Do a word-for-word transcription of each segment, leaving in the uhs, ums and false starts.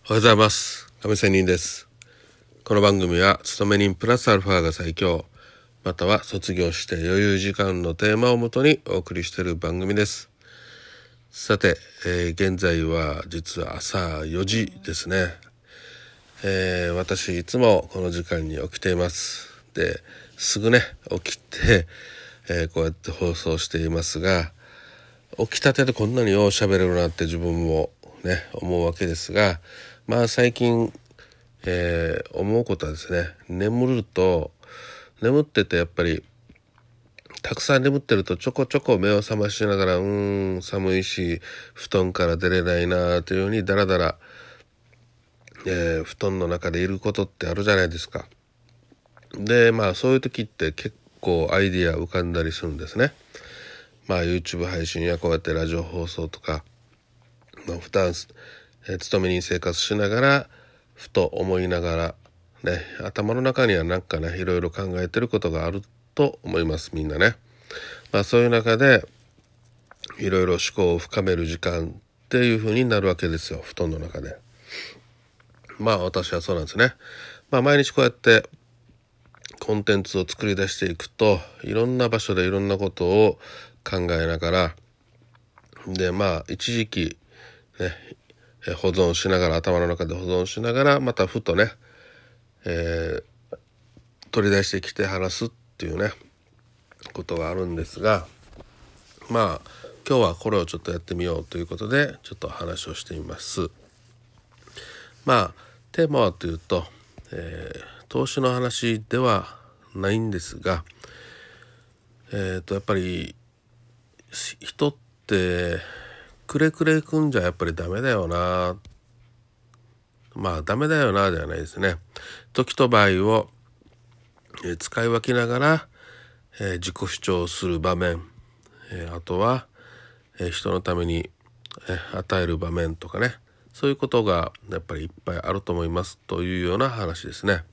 おはようございます。亀仙人です。この番組は勤め人プラスアルファが最強、または卒業して余裕時間のテーマをもとにお送りしている番組です。さて、えー、現在は実は朝よじですね。えー、私いつもこの時間に起きています。ですぐね起きて、えー、こうやって放送していますが、起きたてでこんなによう喋れるなって自分もね思うわけですが、まあ最近、えー、思うことはですね、眠ると眠っててやっぱりたくさん眠ってるとちょこちょこ目を覚ましながら、うーん寒いし布団から出れないなというようにだらだら、えー、布団の中でいることってあるじゃないですか。でまあそういう時って結構アイディア浮かんだりするんですね。まあ YouTube 配信やこうやってラジオ放送とか、まあ、普段、えー、勤め人生活しながらふと思いながらね、頭の中にはなんかねいろいろ考えてることがあると思います、みんなね。まあそういう中でいろいろ思考を深める時間っていう風になるわけですよ、布団の中で。まあ私はそうなんですね。まあ毎日こうやってコンテンツを作り出していくと、いろんな場所でいろんなことを考えながら、でまあ一時期ね保存しながら、頭の中で保存しながらまたふとね、えー、取り出してきて話すっていうねことがあるんですが、まあ今日はこれをちょっとやってみようということでちょっと話をしてみます。まあテーマはというと、えー、投資の話ではないんですが、えー、とやっぱり人ってくれくれくんじゃやっぱりダメだよな、まあダメだよなではないですね。時と場合を、えー、使い分けながら、えー、自己主張する場面、えー、あとは、えー、人のために、えー、与える場面とかね、そういうことがやっぱりいっぱいあると思いますというような話ですね。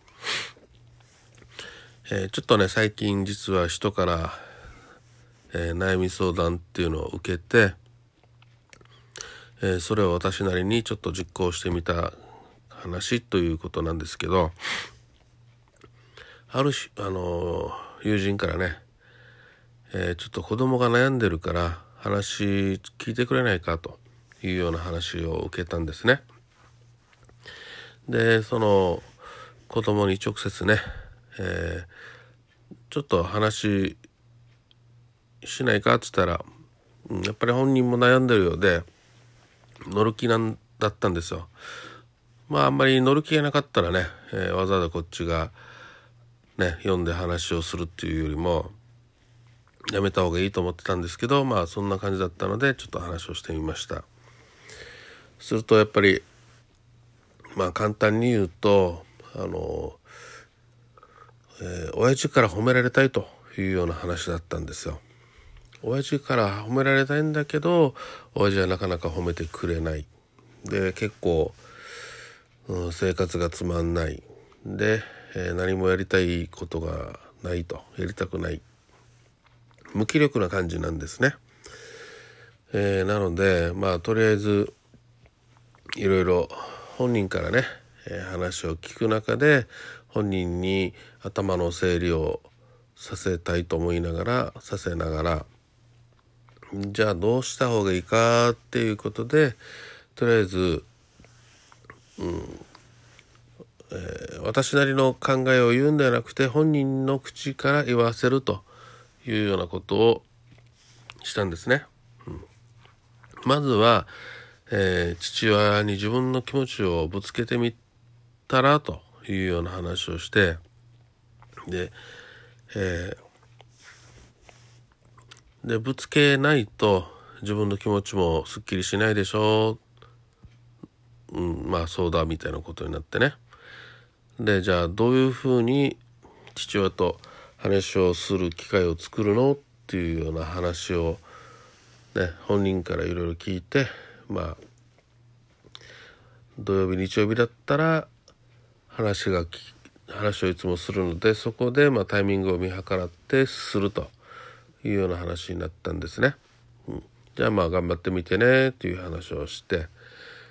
えー、ちょっとね最近実は人から、えー、悩み相談っていうのを受けて、えー、それを私なりにちょっと実行してみた話ということなんですけど、あるし、あのー、友人からね、えー、ちょっと子供が悩んでるから話聞いてくれないかというような話を受けたんですね。でその子供に直接ね、えー、ちょっと話しないかっつったら、うん、やっぱり本人も悩んでるようで乗る気なんだったんですよ。まああんまり乗る気がなかったらね、えー、わざわざこっちがね読んで話をするっていうよりもやめた方がいいと思ってたんですけど、まあそんな感じだったのでちょっと話をしてみました。するとやっぱりまあ簡単に言うと、あの、えー、親父から褒められたいというような話だったんですよ。親父から褒められたいんだけど親父はなかなか褒めてくれない。で結構、うん、生活がつまんないで、えー、何もやりたいことがないと、やりたくない、無気力な感じなんですね。えー、なのでまあとりあえずいろいろ本人からね、えー、話を聞く中で本人に頭の整理をさせたいと思いながらさせながら、じゃあどうした方がいいかっていうことで、とりあえず、うんえー、私なりの考えを言うんではなくて本人の口から言わせるというようなことをしたんですね。うん、まずは、えー、父親に自分の気持ちをぶつけてみたらというような話をして、で、えー、でぶつけないと自分の気持ちもすっきりしないでしょう、うん、まあそうだみたいなことになってね。でじゃあどういうふうに父親と話をする機会を作るのっていうような話をね本人からいろいろ聞いて、まあ土曜日日曜日だったら話が話をいつもするので、そこでまあタイミングを見計らってするというような話になったんですね。うん、じゃあまあ頑張ってみてねっていう話をして、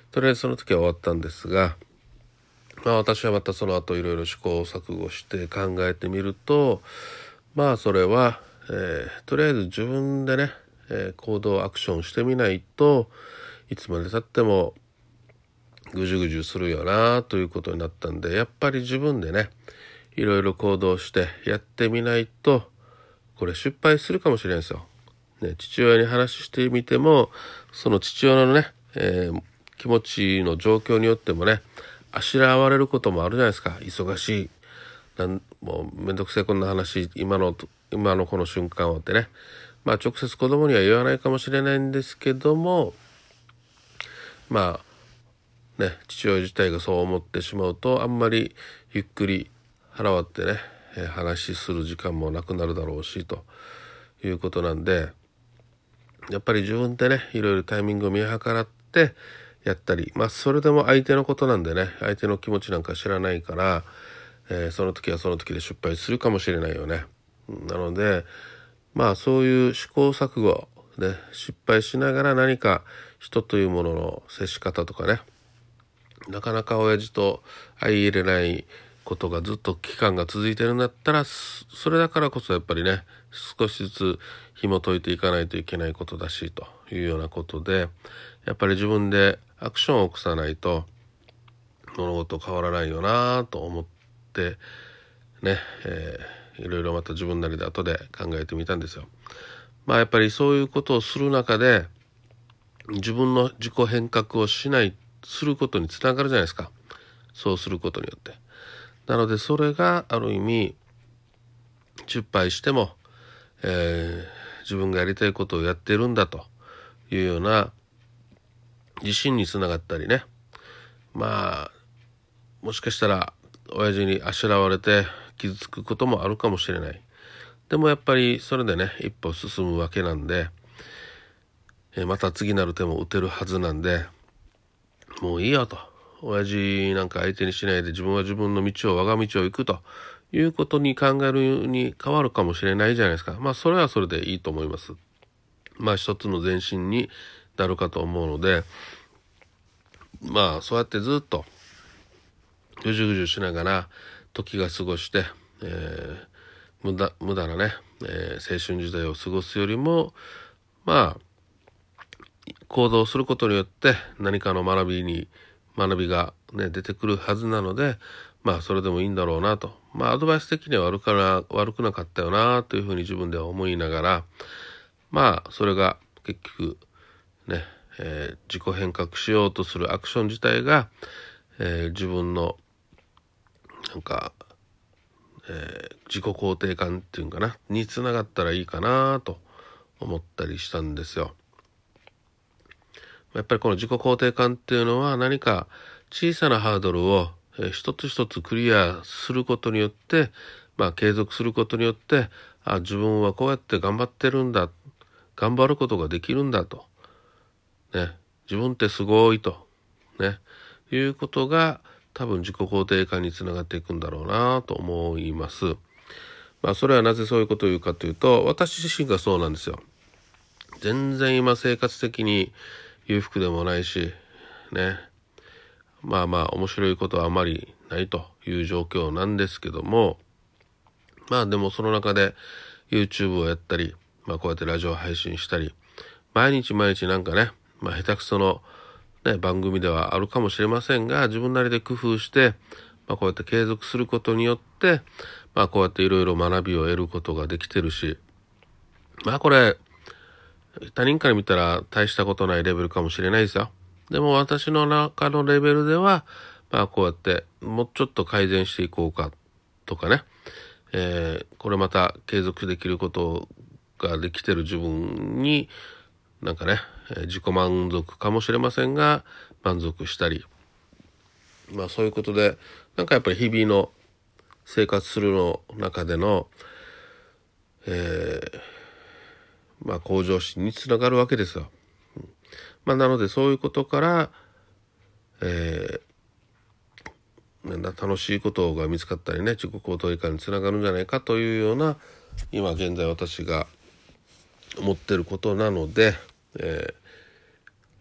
とりあえずその時は終わったんですが、まあ私はまたその後いろいろ試行錯誤して考えてみると、まあそれは、えー、とりあえず自分でね、えー、行動アクションしてみないといつまでたってもぐじゅぐじゅするよなということになったんで、やっぱり自分でねいろいろ行動してやってみないとこれ失敗するかもしれないんですよ。ね、父親に話してみてもその父親のね、えー、気持ちの状況によってもねあしらわれることもあるじゃないですか。忙しい、なんもうめんどくせえこんな話今の今のこの瞬間はってね、まあ直接子供には言わないかもしれないんですけども、まあね父親自体がそう思ってしまうとあんまりゆっくり腹割ってね、えー、話する時間もなくなるだろうしということなんで、やっぱり自分でねいろいろタイミングを見計らってやったり、まあそれでも相手のことなんでね、相手の気持ちなんか知らないから、えー、その時はその時で失敗するかもしれないよね。なのでまあそういう試行錯誤で失敗しながら何か人というものの接し方とかね、なかなか親父と相入れないことがずっと期間が続いてるんだったら、それだからこそやっぱりね少しずつ紐解いていかないといけないことだしというようなことで、やっぱり自分でアクションを起こさないと物事変わらないよなと思ってね、えー、いろいろまた自分なりで後で考えてみたんですよ。まあやっぱりそういうことをする中で自分の自己変革をしないすることにつながるじゃないですか。そうすることによって。なのでそれがある意味失敗しても、えー、自分がやりたいことをやってるんだというような自信につながったりね、まあもしかしたら親父にあしらわれて傷つくこともあるかもしれない。でもやっぱりそれでね一歩進むわけなんで、えー、また次なる手も打てるはずなんで、もういいよと、親父なんか相手にしないで自分は自分の道を我が道を行くということに考えるに変わるかもしれないじゃないですか。まあそれはそれでいいと思います。まあ一つの前進になるかと思うので、まあそうやってずっとぐじゅぐじゅしながら時が過ごして、えー、無駄無駄なね、えー、青春時代を過ごすよりも、まあ行動することによって何かの学びに学びが、ね、出てくるはずなので、まあそれでもいいんだろうなと、まあアドバイス的には悪から悪くなかったよなというふうに自分では思いながら、まあそれが結局ね、えー、自己変革しようとするアクション自体が、えー、自分のなんか、えー、自己肯定感っていうんかなにつながったらいいかなと思ったりしたんですよ。やっぱりこの自己肯定感っていうのは何か小さなハードルを、えー、一つ一つクリアすることによって、まあ継続することによって、あ、自分はこうやって頑張ってるんだ、頑張ることができるんだと、ね、自分ってすごいと、ね、いうことが多分自己肯定感につながっていくんだろうなと思います。まあそれはなぜそういうことを言うかというと、私自身がそうなんですよ。全然今生活的に裕福でもないしね、まあまあ面白いことはあまりないという状況なんですけども、まあでもその中で YouTube をやったり、まあこうやってラジオ配信したり、毎日毎日なんかね、まあ下手くその、ね、番組ではあるかもしれませんが、自分なりで工夫して、まあこうやって継続することによって、まあこうやっていろいろ学びを得ることができてるし、まあこれ、他人から見たら大したことないレベルかもしれないですよ。でも私の中のレベルでは、まあこうやってもうちょっと改善していこうかとかね、えー、これまた継続できることができてる自分になんかね、自己満足かもしれませんが満足したり、まあそういうことでなんかやっぱり日々の生活するの中での、えーまあ、向上心につながるわけですよ。まあ、なのでそういうことから、えー、なんだ楽しいことが見つかったりね、自己肯定感につながるんじゃないかというような今現在私が思ってることなので、えー、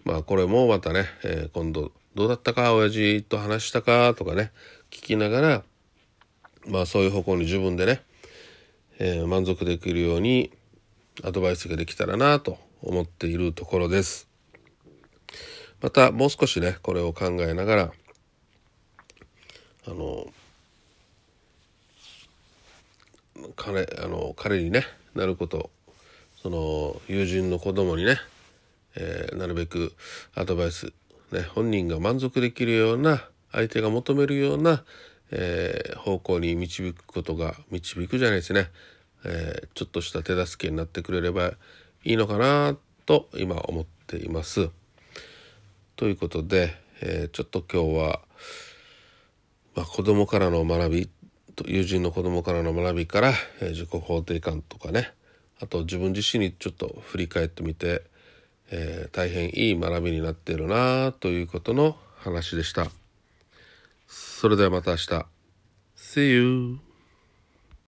まあこれもまたね、えー、今度どうだったか親父と話したかとかね聞きながら、まあそういう方向に自分でね、えー、満足できるようにアドバイスができたらなと思っているところです。またもう少しねこれを考えながらあの彼あの彼にねなること、その友人の子供にね、えー、なるべくアドバイス、ね、本人が満足できるような相手が求めるような、えー、方向に導くことが導くじゃないですね、えー、ちょっとした手助けになってくれればいいのかなと今思っています。ということで、えー、ちょっと今日は、まあ、子供からの学び友人の子供からの学びから、えー、自己肯定感とかね、あと自分自身にちょっと振り返ってみて、えー、大変いい学びになっているなということの話でした。それではまた明日。See you!